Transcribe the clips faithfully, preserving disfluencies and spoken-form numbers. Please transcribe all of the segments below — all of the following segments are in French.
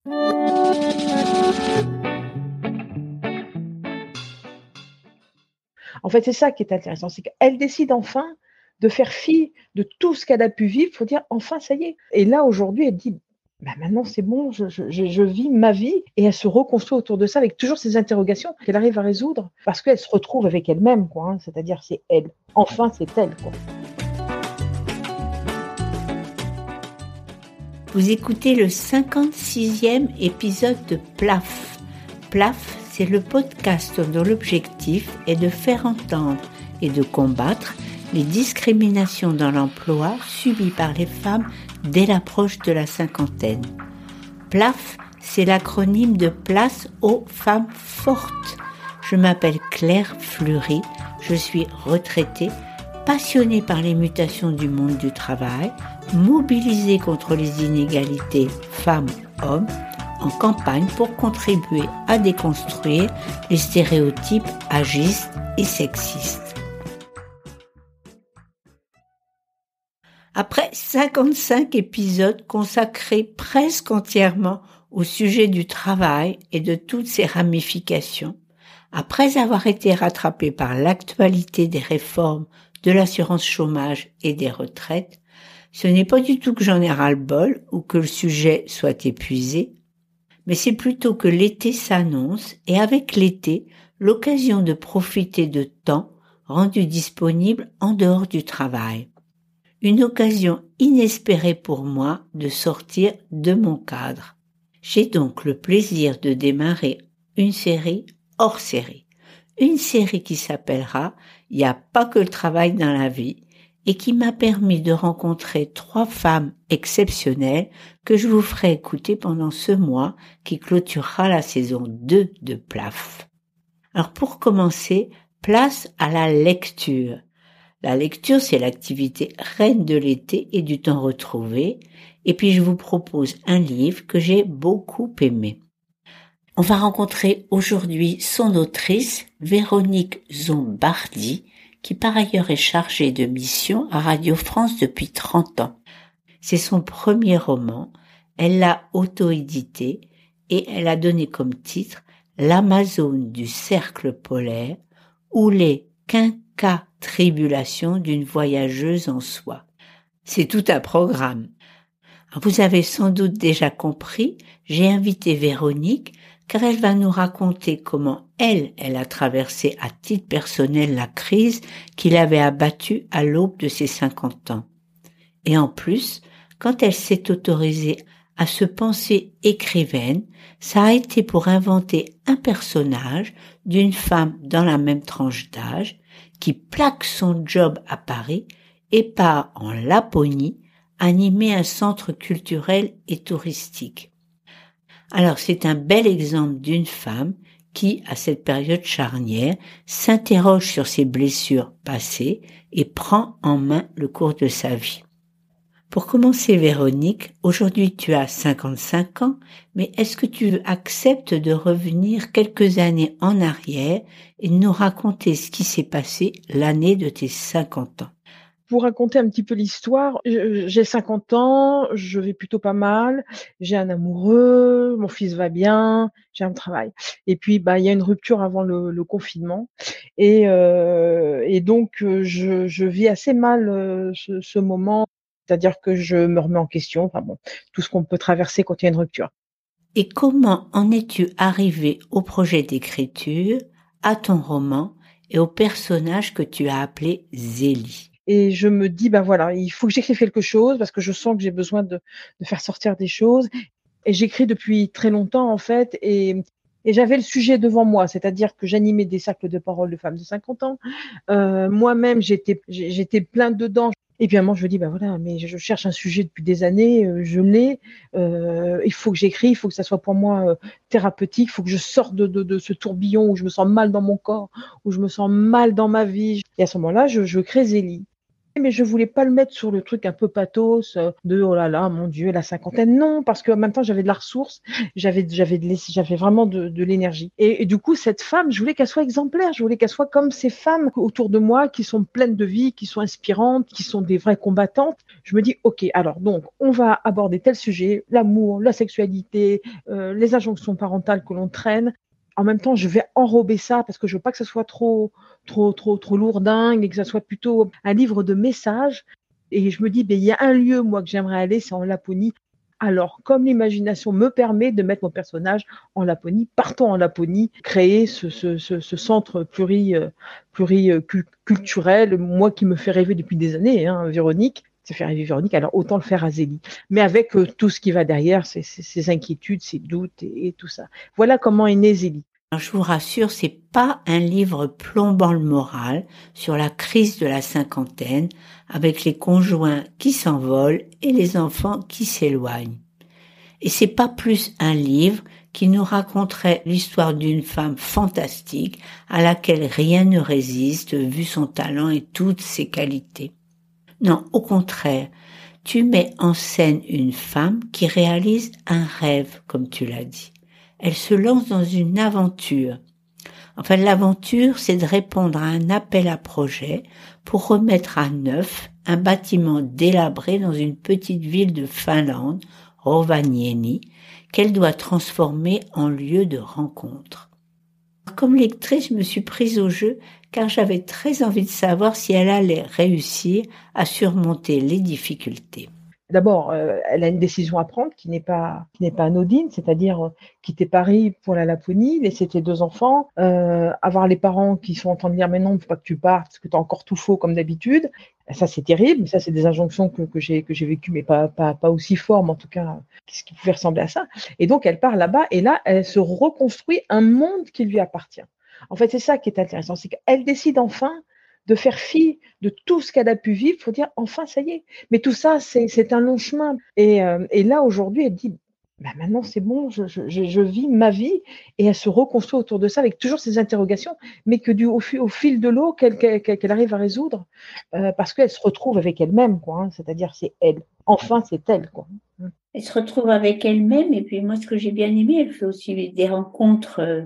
En fait, c'est ça qui est intéressant, c'est qu'elle décide enfin de faire fi de tout ce qu'elle a pu vivre, il faut dire: «Enfin, ça y est» et là, aujourd'hui, elle dit: «Bah, maintenant, c'est bon, je je je je vis ma vie» et elle se reconstruit autour de ça avec toujours ces interrogations qu'elle arrive à résoudre parce qu'elle se retrouve avec elle-même, quoi, hein, c'est-à-dire c'est elle. Enfin, c'est elle, quoi. Vous écoutez le cinquante-sixième épisode de Plaf. Plaf, c'est le podcast dont l'objectif est de faire entendre et de combattre les discriminations dans l'emploi subies par les femmes dès l'approche de la cinquantaine. Plaf, c'est l'acronyme de Place aux femmes fortes. Je m'appelle Claire Fleury, je suis retraitée, passionnée par les mutations du monde du travail, mobilisée contre les inégalités femmes-hommes, en campagne pour contribuer à déconstruire les stéréotypes agistes et sexistes. Après cinquante-cinq épisodes consacrés presque entièrement au sujet du travail et de toutes ses ramifications, après avoir été rattrapé par l'actualité des réformes de l'assurance chômage et des retraites, ce n'est pas du tout que j'en ai ras-le-bol ou que le sujet soit épuisé, mais c'est plutôt que l'été s'annonce et avec l'été, l'occasion de profiter de temps rendu disponible en dehors du travail. Une occasion inespérée pour moi de sortir de mon cadre. J'ai donc le plaisir de démarrer une série hors série. Une série qui s'appellera « Il n'y a pas que le travail dans la vie » et qui m'a permis de rencontrer trois femmes exceptionnelles que je vous ferai écouter pendant ce mois qui clôturera la saison deux de Plaf. Alors pour commencer, place à la lecture. La lecture, c'est l'activité reine de l'été et du temps retrouvé. Et puis je vous propose un livre que j'ai beaucoup aimé. On va rencontrer aujourd'hui son autrice, Véronique Zombardi, qui par ailleurs est chargée de mission à Radio France depuis trente ans. C'est son premier roman, elle l'a auto-édité et elle a donné comme titre « L'Amazone du cercle polaire ou les quinquatribulations d'une voyageuse en soi ». C'est tout un programme. Vous avez sans doute déjà compris, j'ai invité Véronique car elle va nous raconter comment elle, elle a traversé à titre personnel la crise qui l'avait abattue à l'aube de ses cinquante ans. Et en plus, quand elle s'est autorisée à se penser écrivaine, ça a été pour inventer un personnage d'une femme dans la même tranche d'âge qui plaque son job à Paris et part en Laponie animer un centre culturel et touristique. Alors c'est un bel exemple d'une femme qui, à cette période charnière, s'interroge sur ses blessures passées et prend en main le cours de sa vie. Pour commencer, Véronique, aujourd'hui tu as cinquante-cinq ans, mais est-ce que tu acceptes de revenir quelques années en arrière et de nous raconter ce qui s'est passé l'année de tes cinquante ans? Pour raconter un petit peu l'histoire, j'ai cinquante ans, je vais plutôt pas mal, j'ai un amoureux, mon fils va bien, j'ai un travail. Et puis, bah, il y a une rupture avant le, le confinement, et, euh, et donc je, je vis assez mal euh, ce, ce moment, c'est-à-dire que je me remets en question, enfin bon, tout ce qu'on peut traverser quand il y a une rupture. Et comment en es-tu arrivé au projet d'écriture, à ton roman et au personnage que tu as appelé Zélie? Et je me dis, ben voilà, il faut que j'écrive quelque chose parce que je sens que j'ai besoin de, de faire sortir des choses. Et j'écris depuis très longtemps, en fait, et, et j'avais le sujet devant moi, c'est-à-dire que j'animais des cercles de parole de femmes de cinquante ans. Euh, moi-même, j'étais, j'étais plein dedans. Et puis à un moment, je me dis, ben voilà, mais je cherche un sujet depuis des années, euh, je l'ai, euh, il faut que j'écris, il faut que ça soit pour moi euh, thérapeutique, il faut que je sorte de, de, de ce tourbillon où je me sens mal dans mon corps, où je me sens mal dans ma vie. Et à ce moment-là, je, je crée Zélie. mais je voulais pas le mettre sur le truc un peu pathos euh, de oh là là, mon Dieu, la cinquantaine. Non, parce qu'en même temps, j'avais de la ressource, j'avais, j'avais, de, l'ess- j'avais vraiment de, de l'énergie. Et, et du coup, cette femme, je voulais qu'elle soit exemplaire, je voulais qu'elle soit comme ces femmes autour de moi qui sont pleines de vie, qui sont inspirantes, qui sont des vraies combattantes. Je me dis, ok, alors donc, on va aborder tel sujet, l'amour, la sexualité, euh, les injonctions parentales que l'on traîne. En même temps, je vais enrober ça parce que je veux pas que ce soit trop trop, trop, trop lourdingue et que ça soit plutôt un livre de messages. Et je me dis, ben, il y a un lieu, moi, que j'aimerais aller, c'est en Laponie. Alors, comme l'imagination me permet de mettre mon personnage en Laponie, partons en Laponie, créer ce, ce, ce, ce centre pluri, euh, pluriculturel, moi qui me fait rêver depuis des années, hein, Véronique, ça fait rêver Véronique, alors autant le faire à Zélie. Mais avec euh, tout ce qui va derrière, ces, ces, ces inquiétudes, ces doutes et, et tout ça. Voilà comment est née Zélie. Alors, je vous rassure, c'est pas un livre plombant le moral sur la crise de la cinquantaine avec les conjoints qui s'envolent et les enfants qui s'éloignent. Et c'est pas plus un livre qui nous raconterait l'histoire d'une femme fantastique à laquelle rien ne résiste vu son talent et toutes ses qualités. Non, au contraire, tu mets en scène une femme qui réalise un rêve, comme tu l'as dit. Elle se lance dans une aventure. Enfin, l'aventure, c'est de répondre à un appel à projet pour remettre à neuf un bâtiment délabré dans une petite ville de Finlande, Rovaniemi, qu'elle doit transformer en lieu de rencontre. Comme lectrice, je me suis prise au jeu car j'avais très envie de savoir si elle allait réussir à surmonter les difficultés. D'abord, euh, elle a une décision à prendre qui n'est pas qui n'est pas anodine, c'est-à-dire euh, quitter Paris pour la Laponie, laisser tes deux enfants, euh, avoir les parents qui sont en train de dire mais non, il ne faut pas que tu partes parce que tu as encore tout faux comme d'habitude. Ça c'est terrible, ça c'est des injonctions que, que j'ai que j'ai vécues, mais pas pas pas aussi fort, mais en tout cas ce qui pouvait ressembler à ça. Et donc elle part là-bas et là elle se reconstruit un monde qui lui appartient. En fait, c'est ça qui est intéressant, c'est qu'elle décide enfin de faire fi de tout ce qu'elle a pu vivre, il faut dire enfin ça y est. Mais tout ça, c'est, c'est un long chemin. Et, euh, et là, aujourd'hui, elle dit, bah maintenant c'est bon, je, je, je vis ma vie, et elle se reconstruit autour de ça avec toujours ces interrogations, mais que du, au, fil, au fil de l'eau qu'elle, qu'elle, qu'elle arrive à résoudre, euh, parce qu'elle se retrouve avec elle-même, quoi. Hein, c'est-à-dire c'est elle. Enfin, c'est elle, quoi. Elle se retrouve avec elle-même, et puis moi, ce que j'ai bien aimé, elle fait aussi des rencontres euh,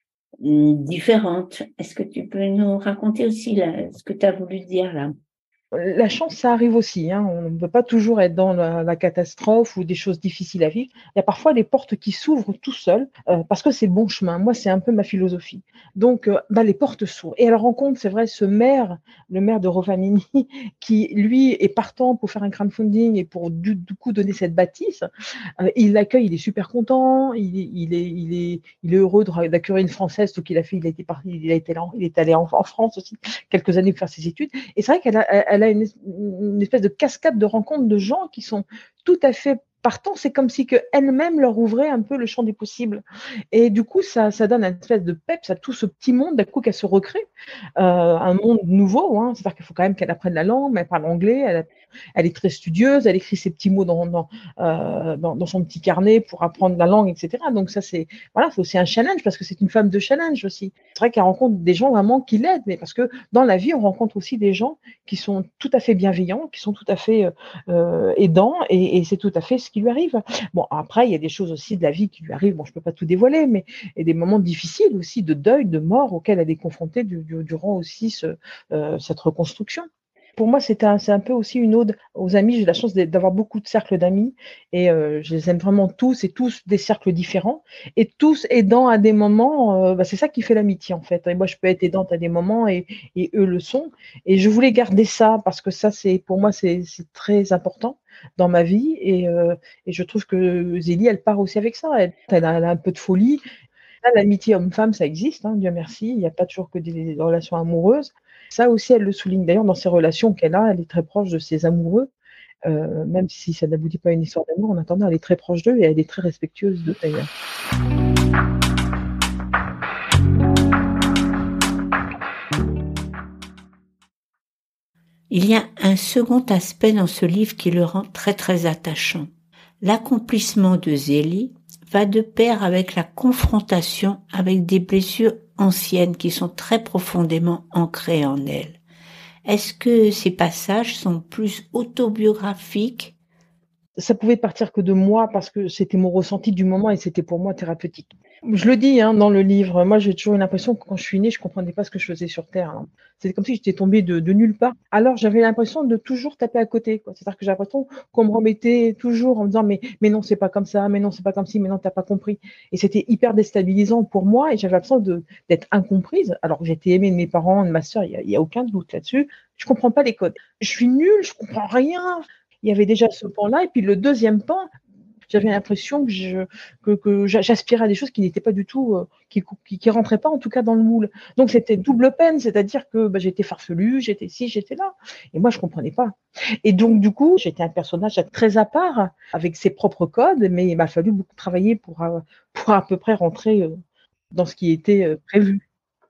différentes. Est-ce que tu peux nous raconter aussi là, ce que tu as voulu dire là? La chance, ça arrive aussi. Hein. On ne peut pas toujours être dans la, la catastrophe ou des choses difficiles à vivre. Il y a parfois des portes qui s'ouvrent tout seules euh, parce que c'est le bon chemin. Moi, c'est un peu ma philosophie. Donc, euh, bah, les portes s'ouvrent. Et elle rencontre, c'est vrai, ce maire, le maire de Rovaniemi, qui, lui, est partant pour faire un crowdfunding et pour, du, du coup, donner cette bâtisse. Euh, il l'accueille, il est super content. Il, il, est, il, est, il est heureux d'accueillir une Française. Donc, il a fait, il a été parti, il a été là, il est allé en, en France aussi quelques années pour faire ses études. Et c'est vrai qu'elle a, elle a une, une espèce de cascade de rencontres de gens qui sont tout à fait partants. C'est comme si elle-même leur ouvrait un peu le champ des possibles. Et du coup, ça, ça donne une espèce de peps à tout ce petit monde, d'un coup, qu'elle se recrée. Euh, un monde nouveau, hein. C'est-à-dire qu'il faut quand même qu'elle apprenne la langue, mais elle parle anglais, elle, a, elle est très studieuse, elle écrit ses petits mots dans, dans, euh, dans, dans son petit carnet pour apprendre la langue, et cetera. Donc ça, c'est voilà, c'est aussi un challenge parce que c'est une femme de challenge aussi. C'est vrai qu'elle rencontre des gens vraiment qui l'aident, mais parce que dans la vie, on rencontre aussi des gens qui sont tout à fait bienveillants, qui sont tout à fait euh, aidants, et, et c'est tout à fait ce qui lui arrive. Bon, après, il y a des choses aussi de la vie qui lui arrivent. Bon, je peux pas tout dévoiler, mais il y a des moments difficiles aussi de deuil, de mort auxquels elle est confrontée du, du, durant aussi ce, euh, cette reconstruction. Pour moi, c'est un, c'est un peu aussi une ode aux amis. J'ai la chance d'avoir beaucoup de cercles d'amis et euh, je les aime vraiment tous et tous des cercles différents et tous aidants à des moments. Euh, bah, c'est ça qui fait l'amitié en fait. Et moi, je peux être aidante à des moments et, et eux le sont. Et je voulais garder ça parce que ça, c'est pour moi, c'est très important dans ma vie et, euh, et je trouve que Zélie, elle part aussi avec ça. Elle, elle, a, elle a un peu de folie. L'amitié homme-femme, ça existe, hein, Dieu merci. Il n'y a pas toujours que des, des relations amoureuses. Ça aussi, elle le souligne d'ailleurs dans ses relations qu'elle a. Elle est très proche de ses amoureux, euh, même si ça n'aboutit pas à une histoire d'amour. En attendant, elle est très proche d'eux et elle est très respectueuse d'eux d'ailleurs. Il y a un second aspect dans ce livre qui le rend très très attachant. L'accomplissement de Zélie va de pair avec la confrontation avec des blessures anciennes qui sont très profondément ancrées en elle. Est-ce que ces passages sont plus autobiographiques? Ça pouvait partir que de moi parce que c'était mon ressenti du moment et c'était pour moi thérapeutique. Je le dis hein, dans le livre, moi j'ai toujours eu l'impression que quand je suis née, je comprenais pas ce que je faisais sur Terre. Hein. C'était comme si j'étais tombée de, de nulle part. Alors j'avais l'impression de toujours taper à côté. Quoi. C'est-à-dire que j'ai l'impression qu'on me remettait toujours en me disant mais, mais non, c'est pas comme ça, mais non, c'est pas comme ci, mais non, t'as pas compris. Et c'était hyper déstabilisant pour moi et j'avais l'impression de, d'être incomprise. Alors que j'étais aimée de mes parents, de ma sœur, il n'y a, a aucun doute là-dessus. Je comprends pas les codes. Je suis nulle, je comprends rien. Il y avait déjà ce pan-là. Et puis le deuxième pan, j'avais l'impression que, je, que, que j'aspirais à des choses qui n'étaient pas du tout, euh, qui, qui, qui rentraient pas en tout cas dans le moule. Donc c'était double peine, c'est-à-dire que bah, j'étais farfelue, j'étais ci, j'étais là. Et moi, je comprenais pas. Et donc du coup, j'étais un personnage très à part, avec ses propres codes, mais il m'a fallu beaucoup travailler pour, euh, pour à peu près rentrer euh, dans ce qui était euh, prévu.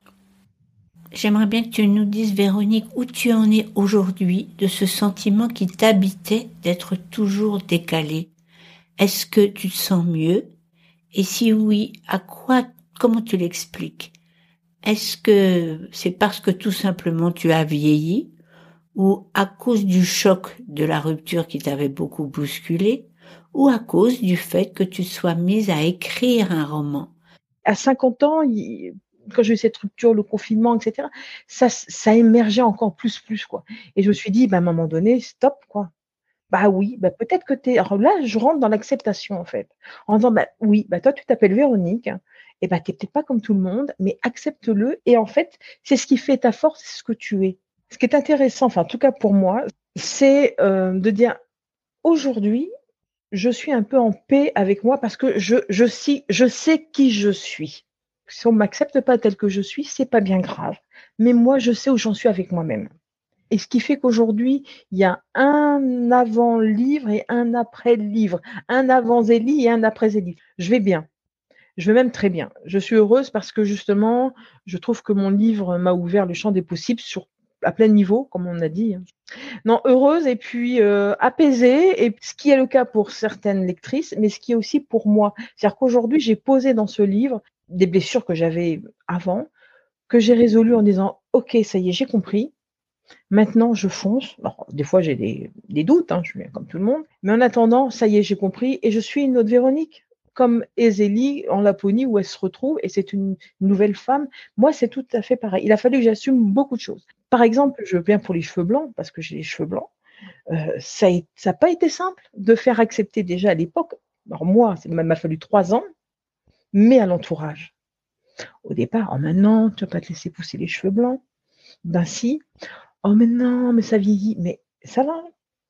J'aimerais bien que tu nous dises, Véronique, où tu en es aujourd'hui de ce sentiment qui t'habitait d'être toujours décalée. Est-ce que tu te sens mieux? Et si oui, à quoi, comment tu l'expliques? Est-ce que c'est parce que tout simplement tu as vieilli ou à cause du choc de la rupture qui t'avait beaucoup bousculé ou à cause du fait que tu sois mise à écrire un roman? À cinquante ans, il... quand j'ai eu cette rupture, le confinement, et cetera, ça, ça émergeait encore plus, plus, quoi. Et je me suis dit, bah, à un moment donné, stop, quoi. Bah oui, bah peut-être que t'es. Alors là, je rentre dans l'acceptation, en fait. En disant, bah oui, bah toi, tu t'appelles Véronique, et bah t'es peut-être pas comme tout le monde, mais accepte-le. Et en fait, c'est ce qui fait ta force, c'est ce que tu es. Ce qui est intéressant, enfin, en tout cas pour moi, c'est euh, de dire, aujourd'hui, je suis un peu en paix avec moi parce que je, je, sais, je sais qui je suis. Si on m'accepte pas tel que je suis, c'est pas bien grave. Mais moi, je sais où j'en suis avec moi-même. Et ce qui fait qu'aujourd'hui, il y a un avant-livre et un après-livre, un avant Zélie et un après Zélie. Je vais bien. Je vais même très bien. Je suis heureuse parce que justement, je trouve que mon livre m'a ouvert le champ des possibles sur, à plein niveau, comme on a dit. Non, heureuse et puis euh, apaisée, et ce qui est le cas pour certaines lectrices, mais ce qui est aussi pour moi. C'est-à-dire qu'aujourd'hui, j'ai posé dans ce livre des blessures que j'avais avant, que j'ai résolues en disant, OK, ça y est, j'ai compris. Maintenant, je fonce. Alors, des fois, j'ai des, des doutes, hein, je suis comme tout le monde. Mais en attendant, ça y est, j'ai compris. Et je suis une autre Véronique, comme Ezélie en Laponie, où elle se retrouve, et c'est une nouvelle femme. Moi, c'est tout à fait pareil. Il a fallu que j'assume beaucoup de choses. Par exemple, je viens pour les cheveux blancs, parce que j'ai les cheveux blancs. Euh, ça n'a pas été simple de faire accepter déjà à l'époque. Alors moi, il m'a fallu trois ans, mais à l'entourage. Au départ, oh maintenant, tu vas pas te laisser pousser les cheveux blancs. Ben si. Oh mais non, mais ça vieillit. Mais ça va.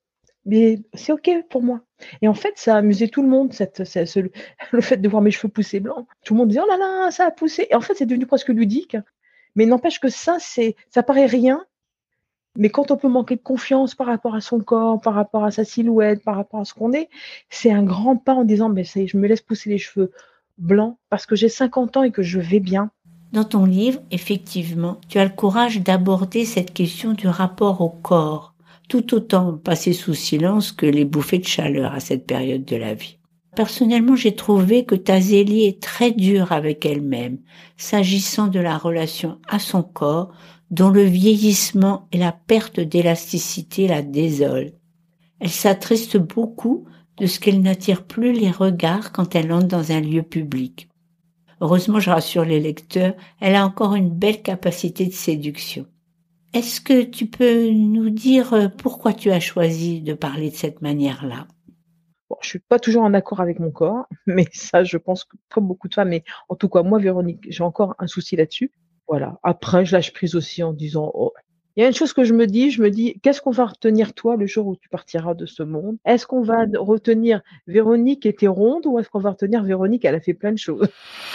Mais c'est OK pour moi. Et en fait, ça a amusé tout le monde, cette, cette, ce, le fait de voir mes cheveux pousser blancs. Tout le monde disait, oh là là, ça a poussé. Et en fait, c'est devenu presque ludique. Mais n'empêche que ça, c'est, ça paraît rien. Mais quand on peut manquer de confiance par rapport à son corps, par rapport à sa silhouette, par rapport à ce qu'on est, c'est un grand pas en disant, mais ça y est, je me laisse pousser les cheveux blancs parce que j'ai cinquante ans et que je vais bien. Dans ton livre, effectivement, tu as le courage d'aborder cette question du rapport au corps, tout autant passé sous silence que les bouffées de chaleur à cette période de la vie. Personnellement, j'ai trouvé que ta Zélie est très dure avec elle-même, s'agissant de la relation à son corps, dont le vieillissement et la perte d'élasticité la désolent. Elle s'attriste beaucoup de ce qu'elle n'attire plus les regards quand elle entre dans un lieu public. Heureusement, je rassure les lecteurs, elle a encore une belle capacité de séduction. Est-ce que tu peux nous dire pourquoi tu as choisi de parler de cette manière-là? Bon, je suis pas toujours en accord avec mon corps, mais ça, je pense que comme beaucoup de femmes, mais en tout cas, moi, Véronique, j'ai encore un souci là-dessus. Voilà. Après, je lâche prise aussi en disant, oh. Il y a une chose que je me dis, je me dis, qu'est-ce qu'on va retenir toi le jour où tu partiras de ce monde? Est-ce qu'on va retenir Véronique était ronde ou est-ce qu'on va retenir Véronique, elle a fait plein de choses?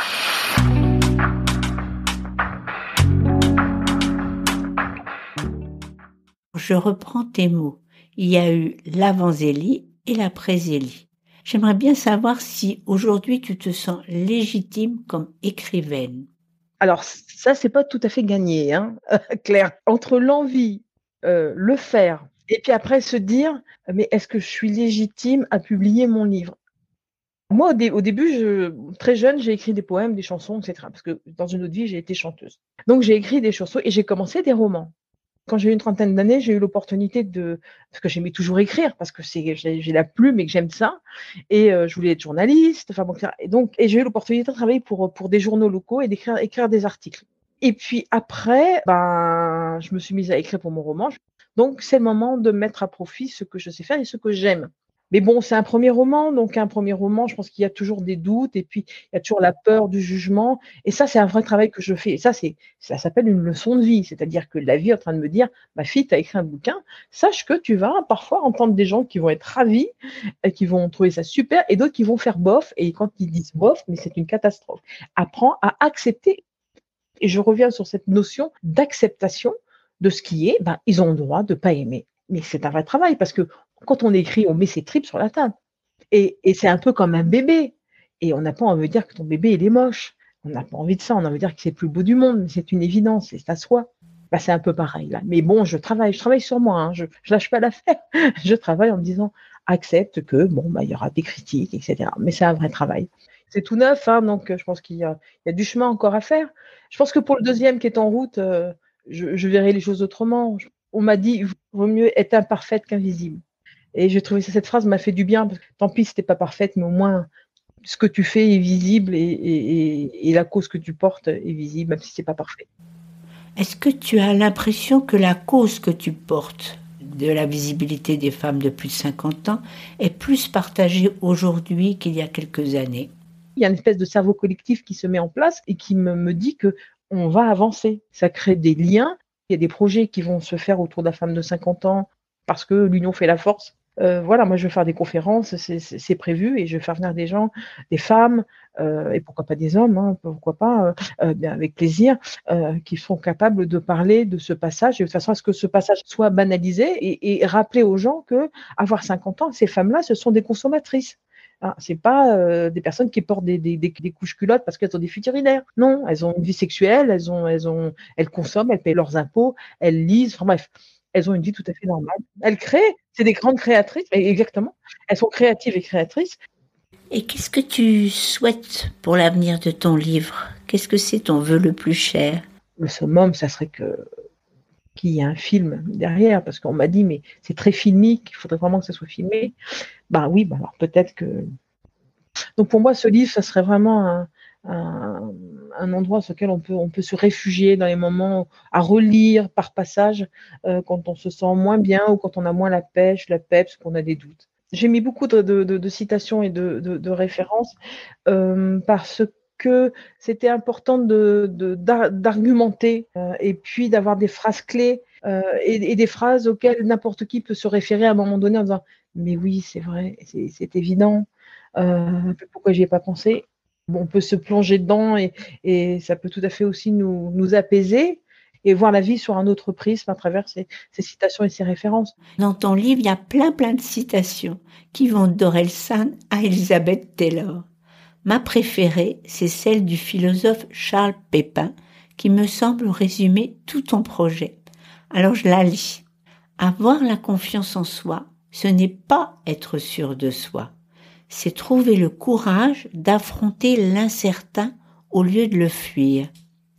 Je reprends tes mots. Il y a eu l'avant-Zélie et l'après-Zélie. J'aimerais bien savoir si aujourd'hui tu te sens légitime comme écrivaine. Alors ça, c'est pas tout à fait gagné, hein, Claire. Entre l'envie, euh, le faire, et puis après se dire, mais est-ce que je suis légitime à publier mon livre? Moi, au, dé- au début, je, très jeune, j'ai écrit des poèmes, des chansons, et cetera. Parce que dans une autre vie, j'ai été chanteuse. Donc j'ai écrit des chansons et j'ai commencé des romans. Quand j'ai eu une trentaine d'années, j'ai eu l'opportunité de, parce que j'aimais toujours écrire, parce que c'est, j'ai, j'ai la plume et que j'aime ça, et euh, je voulais être journaliste, enfin bon, et donc, et j'ai eu l'opportunité de travailler pour pour des journaux locaux et d'écrire écrire des articles. Et puis après, ben, je me suis mise à écrire pour mon roman. Donc, c'est le moment de mettre à profit ce que je sais faire et ce que j'aime. Mais bon, c'est un premier roman, donc un premier roman, je pense qu'il y a toujours des doutes et puis il y a toujours la peur du jugement. Et ça, c'est un vrai travail que je fais. Et ça, c'est, ça s'appelle une leçon de vie. C'est-à-dire que la vie est en train de me dire, ma fille, tu as écrit un bouquin, sache que tu vas parfois entendre des gens qui vont être ravis, et qui vont trouver ça super, et d'autres qui vont faire bof. Et quand ils disent bof, mais c'est une catastrophe. Apprends à accepter. Et je reviens sur cette notion d'acceptation de ce qui est, ben, ils ont le droit de pas aimer. Mais c'est un vrai travail parce que quand on écrit, on met ses tripes sur la table. Et, et c'est un peu comme un bébé. Et on n'a pas envie de dire que ton bébé, il est moche. On n'a pas envie de ça. On a envie de dire que c'est le plus beau du monde. Mais c'est une évidence. C'est à soi. Ben, c'est un peu pareil, là. Mais bon, je travaille. Je travaille sur moi. Hein. Je, je lâche pas l'affaire. Je travaille en me disant, accepte que, bon, ben, il y aura des critiques, et cetera. Mais c'est un vrai travail. C'est tout neuf, hein, donc je pense qu'il y a, il y a du chemin encore à faire. Je pense que pour le deuxième qui est en route, euh, je, je verrai les choses autrement. Je, on m'a dit, il vaut mieux être imparfaite qu'invisible. Et j'ai trouvé que cette phrase m'a fait du bien. Parce que, tant pis si t'es pas parfaite, mais au moins ce que tu fais est visible et, et, et, et la cause que tu portes est visible, même si c'est pas parfait. Est-ce que tu as l'impression que la cause que tu portes de la visibilité des femmes de plus de cinquante ans est plus partagée aujourd'hui qu'il y a quelques années? Il y a une espèce de cerveau collectif qui se met en place et qui me, me dit que on va avancer. Ça crée des liens. Il y a des projets qui vont se faire autour de la femme de cinquante ans parce que l'union fait la force. Euh, voilà, moi je vais faire des conférences, c'est, c'est, c'est prévu, et je vais faire venir des gens, des femmes, euh, et pourquoi pas des hommes, hein, pourquoi pas, euh, bien avec plaisir, euh, qui sont capables de parler de ce passage, et de façon à ce que ce passage soit banalisé et, et rappeler aux gens que avoir cinquante ans, ces femmes-là, ce sont des consommatrices. Hein, c'est pas euh, des personnes qui portent des, des, des, des couches culottes parce qu'elles ont des fuites urinaires. Non, elles ont une vie sexuelle, elles ont, elles ont, elles consomment, elles payent leurs impôts, elles lisent. Enfin bref, elles ont une vie tout à fait normale. Elles créent, c'est des grandes créatrices, exactement. Elles sont créatives et créatrices. Et qu'est-ce que tu souhaites pour l'avenir de ton livre? Qu'est-ce que c'est ton vœu le plus cher? Le summum, ça serait que qu'il y ait un film derrière, parce qu'on m'a dit, mais c'est très filmique, il faudrait vraiment que ça soit filmé. Ben oui, ben alors peut-être que... Donc pour moi, ce livre, ça serait vraiment un, un, un endroit sur lequel on peut, on peut se réfugier dans les moments à relire par passage, euh, quand on se sent moins bien ou quand on a moins la pêche, la peps, qu'on a des doutes. J'ai mis beaucoup de, de, de, de citations et de, de, de références euh, parce que c'était important de, de, d'argumenter euh, et puis d'avoir des phrases clés euh, et, et des phrases auxquelles n'importe qui peut se référer à un moment donné en disant « mais oui, c'est vrai, c'est, c'est évident, euh, pourquoi j'y ai pas pensé ?» Bon, on peut se plonger dedans et, et ça peut tout à fait aussi nous, nous apaiser et voir la vie sur un autre prisme à travers ces, ces citations et ces références. Dans ton livre, il y a plein plein de citations qui vont d'Orelsan à Elizabeth Taylor. Ma préférée, c'est celle du philosophe Charles Pépin, qui me semble résumer tout ton projet. Alors je la lis. Avoir la confiance en soi, ce n'est pas être sûr de soi. C'est trouver le courage d'affronter l'incertain au lieu de le fuir.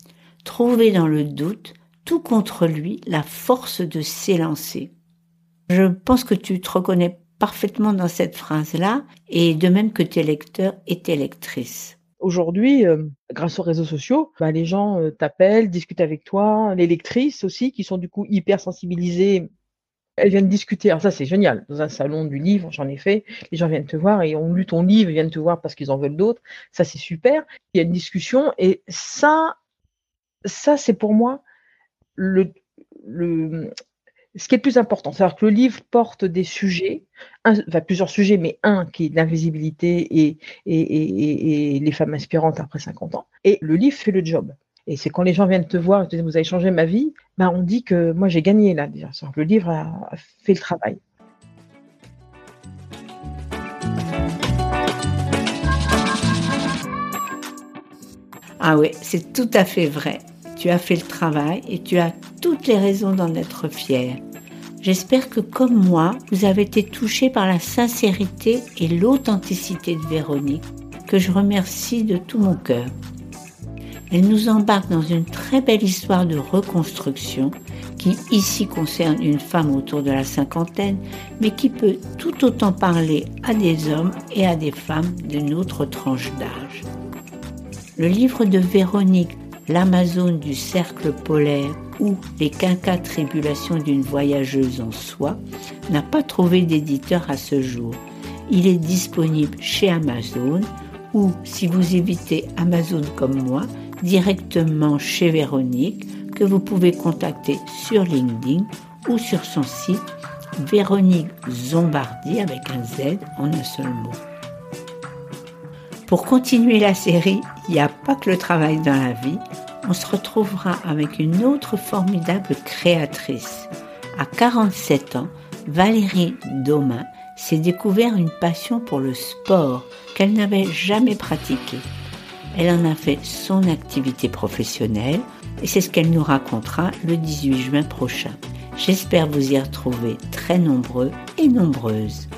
Trouver dans le doute, tout contre lui, la force de s'élancer. Je pense que tu te reconnais parfaitement dans cette phrase-là, et de même que tes lecteurs et tes lectrices. Aujourd'hui, euh, grâce aux réseaux sociaux, bah, les gens euh, t'appellent, discutent avec toi, les lectrices aussi, qui sont du coup hyper sensibilisées, elles viennent discuter. Alors ça, c'est génial. Dans un salon du livre, j'en ai fait, les gens viennent te voir et ont lu ton livre, ils viennent te voir parce qu'ils en veulent d'autres. Ça, c'est super. Il y a une discussion et ça, ça c'est pour moi le, le, ce qui est le plus important. C'est-à-dire que le livre porte des sujets, un, enfin plusieurs sujets, mais un qui est l'invisibilité et, et, et, et les femmes inspirantes après cinquante ans. Et le livre fait le job. Et c'est quand les gens viennent te voir et te disent « vous avez changé ma vie », ben on dit que moi j'ai gagné là déjà. C'est-à-dire que le livre a, a fait le travail. Ah oui, c'est tout à fait vrai. Tu as fait le travail et tu as toutes les raisons d'en être fière. J'espère que, comme moi, vous avez été touchés par la sincérité et l'authenticité de Véronique, que je remercie de tout mon cœur. Elle nous embarque dans une très belle histoire de reconstruction qui ici concerne une femme autour de la cinquantaine, mais qui peut tout autant parler à des hommes et à des femmes d'une autre tranche d'âge. Le livre de Véronique, L'Amazone du cercle polaire ou Les quinquas tribulations d'une voyageuse en soie, n'a pas trouvé d'éditeur à ce jour. Il est disponible chez Amazon ou, si vous évitez Amazon comme moi, directement chez Véronique, que vous pouvez contacter sur LinkedIn ou sur son site Véronique Zombardi avec un Z en un seul mot. Pour continuer la série, il n'y a pas que le travail dans la vie, on se retrouvera avec une autre formidable créatrice. À quarante-sept ans, Valérie Domin s'est découvert une passion pour le sport qu'elle n'avait jamais pratiqué. Elle en a fait son activité professionnelle et c'est ce qu'elle nous racontera le dix-huit juin prochain. J'espère vous y retrouver très nombreux et nombreuses.